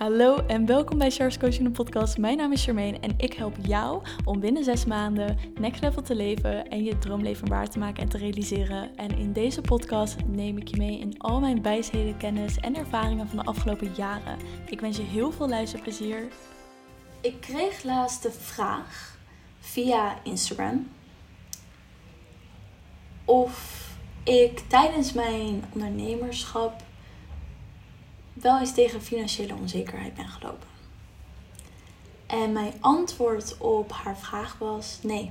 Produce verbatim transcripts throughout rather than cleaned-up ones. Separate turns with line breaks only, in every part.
Hallo en welkom bij Char's Coaching de podcast. Mijn naam is Charmaine en ik help jou om binnen zes maanden next level te leven en je droomleven waar te maken en te realiseren. En in deze podcast neem ik je mee in al mijn wijsheden, kennis en ervaringen van de afgelopen jaren. Ik wens je heel veel luisterplezier. Ik kreeg laatst de vraag via Instagram of ik tijdens mijn ondernemerschap wel eens tegen financiële onzekerheid ben gelopen. En mijn antwoord op haar vraag was nee.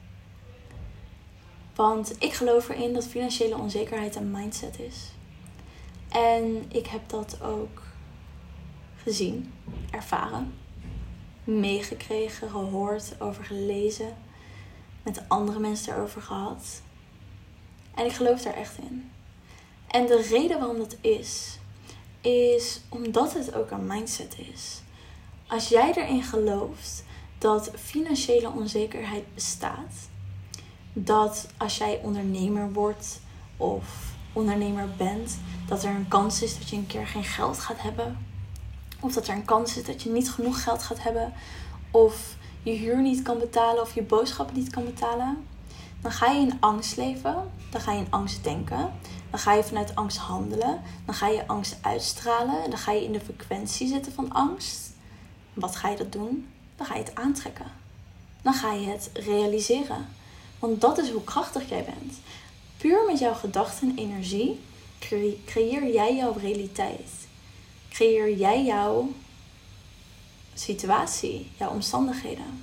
Want ik geloof erin dat financiële onzekerheid een mindset is. En ik heb dat ook gezien, ervaren, meegekregen, gehoord, over gelezen, met andere mensen erover gehad. En ik geloof daar echt in. En de reden waarom dat is, is omdat het ook een mindset is. Als jij erin gelooft dat financiële onzekerheid bestaat, dat als jij ondernemer wordt of ondernemer bent, dat er een kans is dat je een keer geen geld gaat hebben, of dat er een kans is dat je niet genoeg geld gaat hebben, of je huur niet kan betalen of je boodschappen niet kan betalen, dan ga je in angst leven, dan ga je in angst denken, dan ga je vanuit angst handelen, dan ga je angst uitstralen, dan ga je in de frequentie zitten van angst. Wat ga je dat doen? Dan ga je het aantrekken. Dan ga je het realiseren. Want dat is hoe krachtig jij bent. Puur met jouw gedachten en energie creëer jij jouw realiteit. Creëer jij jouw situatie, jouw omstandigheden.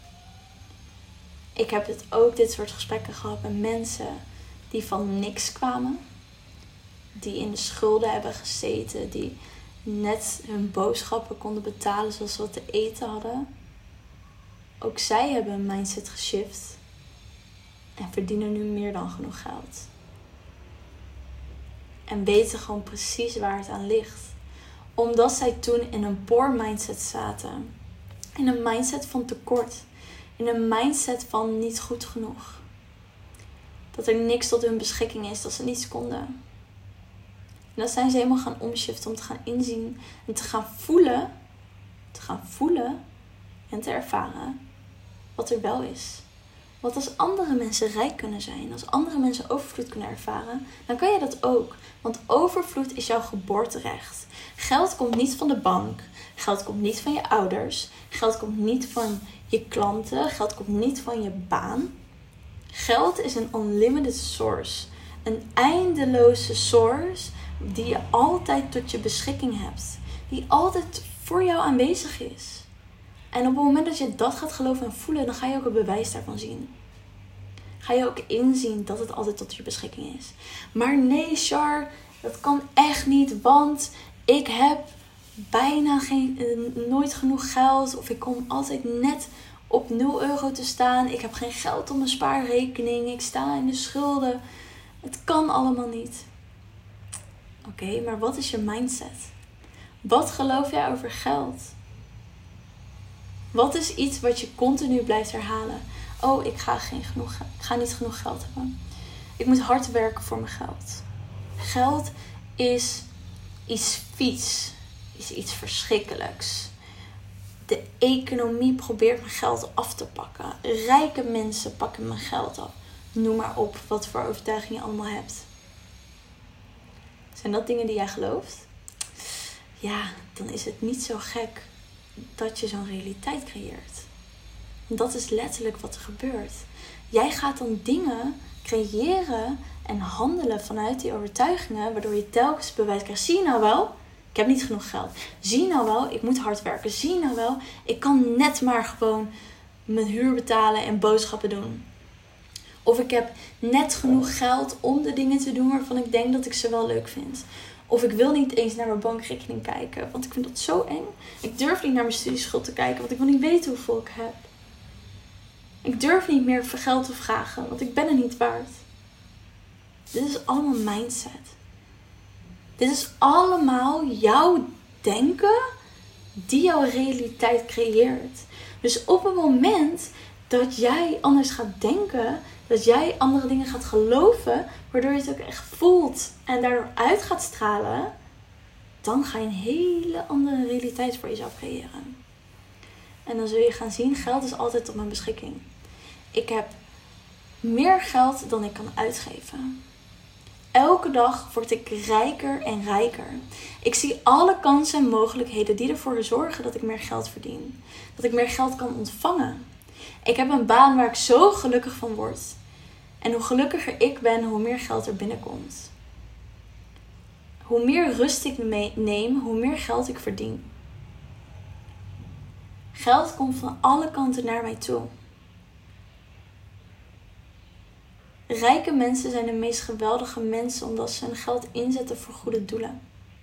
Ik heb het ook dit soort gesprekken gehad met mensen die van niks kwamen. Die in de schulden hebben gezeten. Die net hun boodschappen konden betalen zoals ze wat te eten hadden. Ook zij hebben een mindset geshift. En verdienen nu meer dan genoeg geld. En weten gewoon precies waar het aan ligt. Omdat zij toen in een poor mindset zaten. In een mindset van tekort. In een mindset van niet goed genoeg. Dat er niks tot hun beschikking is. Dat ze niets konden. En dan zijn ze helemaal gaan omshiften om te gaan inzien. En te gaan voelen. Te gaan voelen. En te ervaren. Wat er wel is. Want als andere mensen rijk kunnen zijn. Als andere mensen overvloed kunnen ervaren. Dan kan je dat ook. Want overvloed is jouw geboorterecht. Geld komt niet van de bank. Geld komt niet van je ouders. Geld komt niet van je klanten. Geld komt niet van je baan. Geld is een unlimited source. Een eindeloze source die je altijd tot je beschikking hebt. Die altijd voor jou aanwezig is. En op het moment dat je dat gaat geloven en voelen, dan ga je ook een bewijs daarvan zien. Ga je ook inzien dat het altijd tot je beschikking is. Maar nee, Char, dat kan echt niet, want ik heb bijna geen, nooit genoeg geld. Of ik kom altijd net op nul euro te staan. Ik heb geen geld op mijn spaarrekening. Ik sta in de schulden. Het kan allemaal niet. Oké, okay, maar wat is je mindset? Wat geloof jij over geld? Wat is iets wat je continu blijft herhalen? Oh, ik ga, geen genoeg, ik ga niet genoeg geld hebben. Ik moet hard werken voor mijn geld. Geld is iets vies. Is iets verschrikkelijks. De economie probeert mijn geld af te pakken. Rijke mensen pakken mijn geld af. Noem maar op wat voor overtuiging je allemaal hebt. Zijn dat dingen die jij gelooft? Ja, dan is het niet zo gek dat je zo'n realiteit creëert. Dat is letterlijk wat er gebeurt. Jij gaat dan dingen creëren en handelen vanuit die overtuigingen, waardoor je telkens bewijs krijgt. Zie je nou wel, ik heb niet genoeg geld. Zie je nou wel, ik moet hard werken. Zie je nou wel, ik kan net maar gewoon mijn huur betalen en boodschappen doen. Of ik heb net genoeg geld om de dingen te doen waarvan ik denk dat ik ze wel leuk vind. Of ik wil niet eens naar mijn bankrekening kijken, want ik vind dat zo eng. Ik durf niet naar mijn studieschuld te kijken, want ik wil niet weten hoeveel ik heb. Ik durf niet meer geld te vragen, want ik ben het niet waard. Dit is allemaal mindset. Dit is allemaal jouw denken die jouw realiteit creëert. Dus op het moment dat jij anders gaat denken, dat jij andere dingen gaat geloven, waardoor je het ook echt voelt en daardoor uit gaat stralen, dan ga je een hele andere realiteit voor jezelf creëren. En dan zul je gaan zien, geld is altijd op mijn beschikking. Ik heb meer geld dan ik kan uitgeven. Elke dag word ik rijker en rijker. Ik zie alle kansen en mogelijkheden die ervoor zorgen dat ik meer geld verdien. Dat ik meer geld kan ontvangen. Ik heb een baan waar ik zo gelukkig van word. En hoe gelukkiger ik ben, hoe meer geld er binnenkomt. Hoe meer rust ik neem, hoe meer geld ik verdien. Geld komt van alle kanten naar mij toe. Rijke mensen zijn de meest geweldige mensen omdat ze hun geld inzetten voor goede doelen.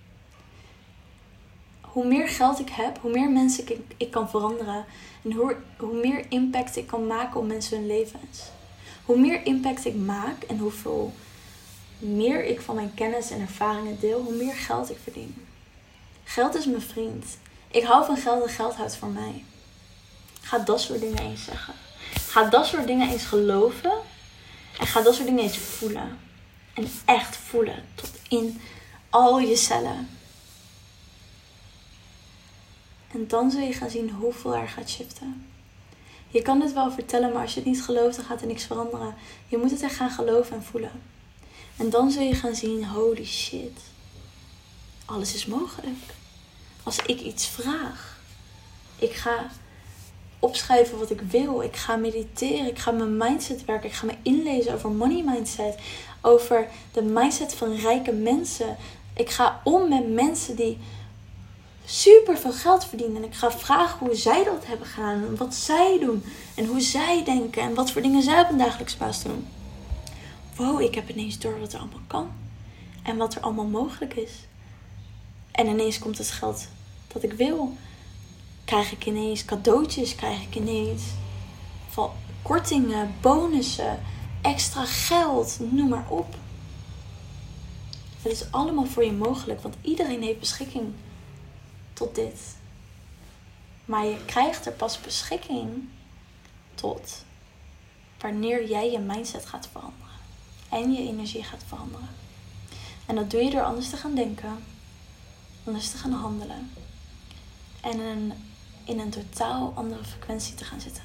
Hoe meer geld ik heb, hoe meer mensen ik, ik kan veranderen. En hoe, hoe meer impact ik kan maken op mensen hun levens. Hoe meer impact ik maak en hoeveel meer ik van mijn kennis en ervaringen deel, hoe meer geld ik verdien. Geld is mijn vriend. Ik hou van geld en geld houdt van mij. Ga dat soort dingen eens zeggen. Ga dat soort dingen eens geloven. En ga dat soort dingen eens voelen. En echt voelen. Tot in al je cellen. En dan zul je gaan zien hoeveel er gaat shiften. Je kan dit wel vertellen, maar als je het niet gelooft, dan gaat er niks veranderen. Je moet het echt gaan geloven en voelen. En dan zul je gaan zien, holy shit. Alles is mogelijk. Als ik iets vraag. Ik ga opschrijven wat ik wil. Ik ga mediteren. Ik ga mijn mindset werken. Ik ga me inlezen over money mindset. Over de mindset van rijke mensen. Ik ga om met mensen die super veel geld verdienen. En ik ga vragen hoe zij dat hebben gedaan. En wat zij doen. En hoe zij denken. En wat voor dingen zij op een dagelijkse basis doen. Wow, ik heb ineens door wat er allemaal kan. En wat er allemaal mogelijk is. En ineens komt het geld dat ik wil. Krijg ik ineens cadeautjes. Krijg ik ineens van kortingen, bonussen, extra geld. Noem maar op. Het is allemaal voor je mogelijk. Want iedereen heeft beschikking tot dit. Maar je krijgt er pas beschikking tot wanneer jij je mindset gaat veranderen. En je energie gaat veranderen. En dat doe je door anders te gaan denken. Anders te gaan handelen. En een, in een totaal andere frequentie te gaan zitten.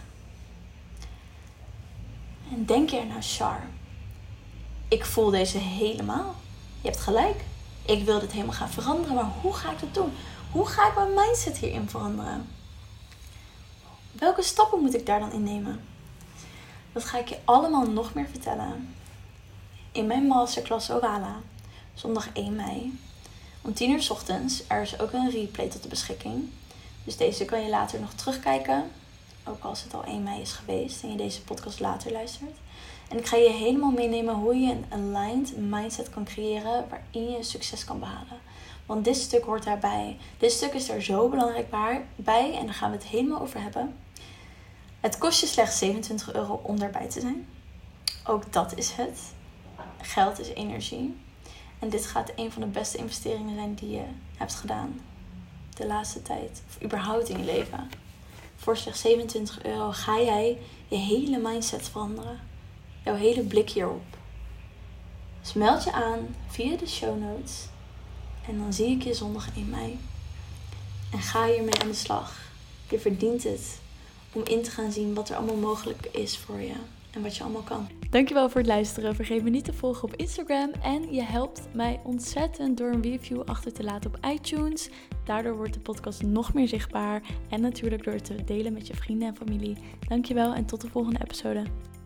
En denk je er nou, Char, ik voel deze helemaal. Je hebt gelijk. Ik wil dit helemaal gaan veranderen. Maar hoe ga ik dat doen? Hoe ga ik mijn mindset hierin veranderen? Welke stappen moet ik daar dan in nemen? Dat ga ik je allemaal nog meer vertellen. In mijn masterclass Orala. Zondag één mei. Om tien uur 's ochtends. Er is ook een replay tot de beschikking. Dus deze kan je later nog terugkijken. Ook als het al één mei is geweest. En je deze podcast later luistert. En ik ga je helemaal meenemen hoe je een aligned mindset kan creëren. Waarin je succes kan behalen. Want dit stuk hoort daarbij. Dit stuk is er zo belangrijk bij. En daar gaan we het helemaal over hebben. Het kost je slechts zevenentwintig euro om daarbij te zijn. Ook dat is het. Geld is energie. En dit gaat een van de beste investeringen zijn die je hebt gedaan. De laatste tijd. Of überhaupt in je leven. Voor slechts zevenentwintig euro ga jij je hele mindset veranderen. Jouw hele blik hierop. Dus meld je aan via de show notes. En dan zie ik je zondag één mei. En ga hiermee aan de slag. Je verdient het. Om in te gaan zien wat er allemaal mogelijk is voor je. En wat je allemaal kan. Dankjewel voor het luisteren. Vergeet me niet te volgen op Instagram. En je helpt mij ontzettend door een review achter te laten op iTunes. Daardoor wordt de podcast nog meer zichtbaar. En natuurlijk door het te delen met je vrienden en familie. Dankjewel en tot de volgende episode.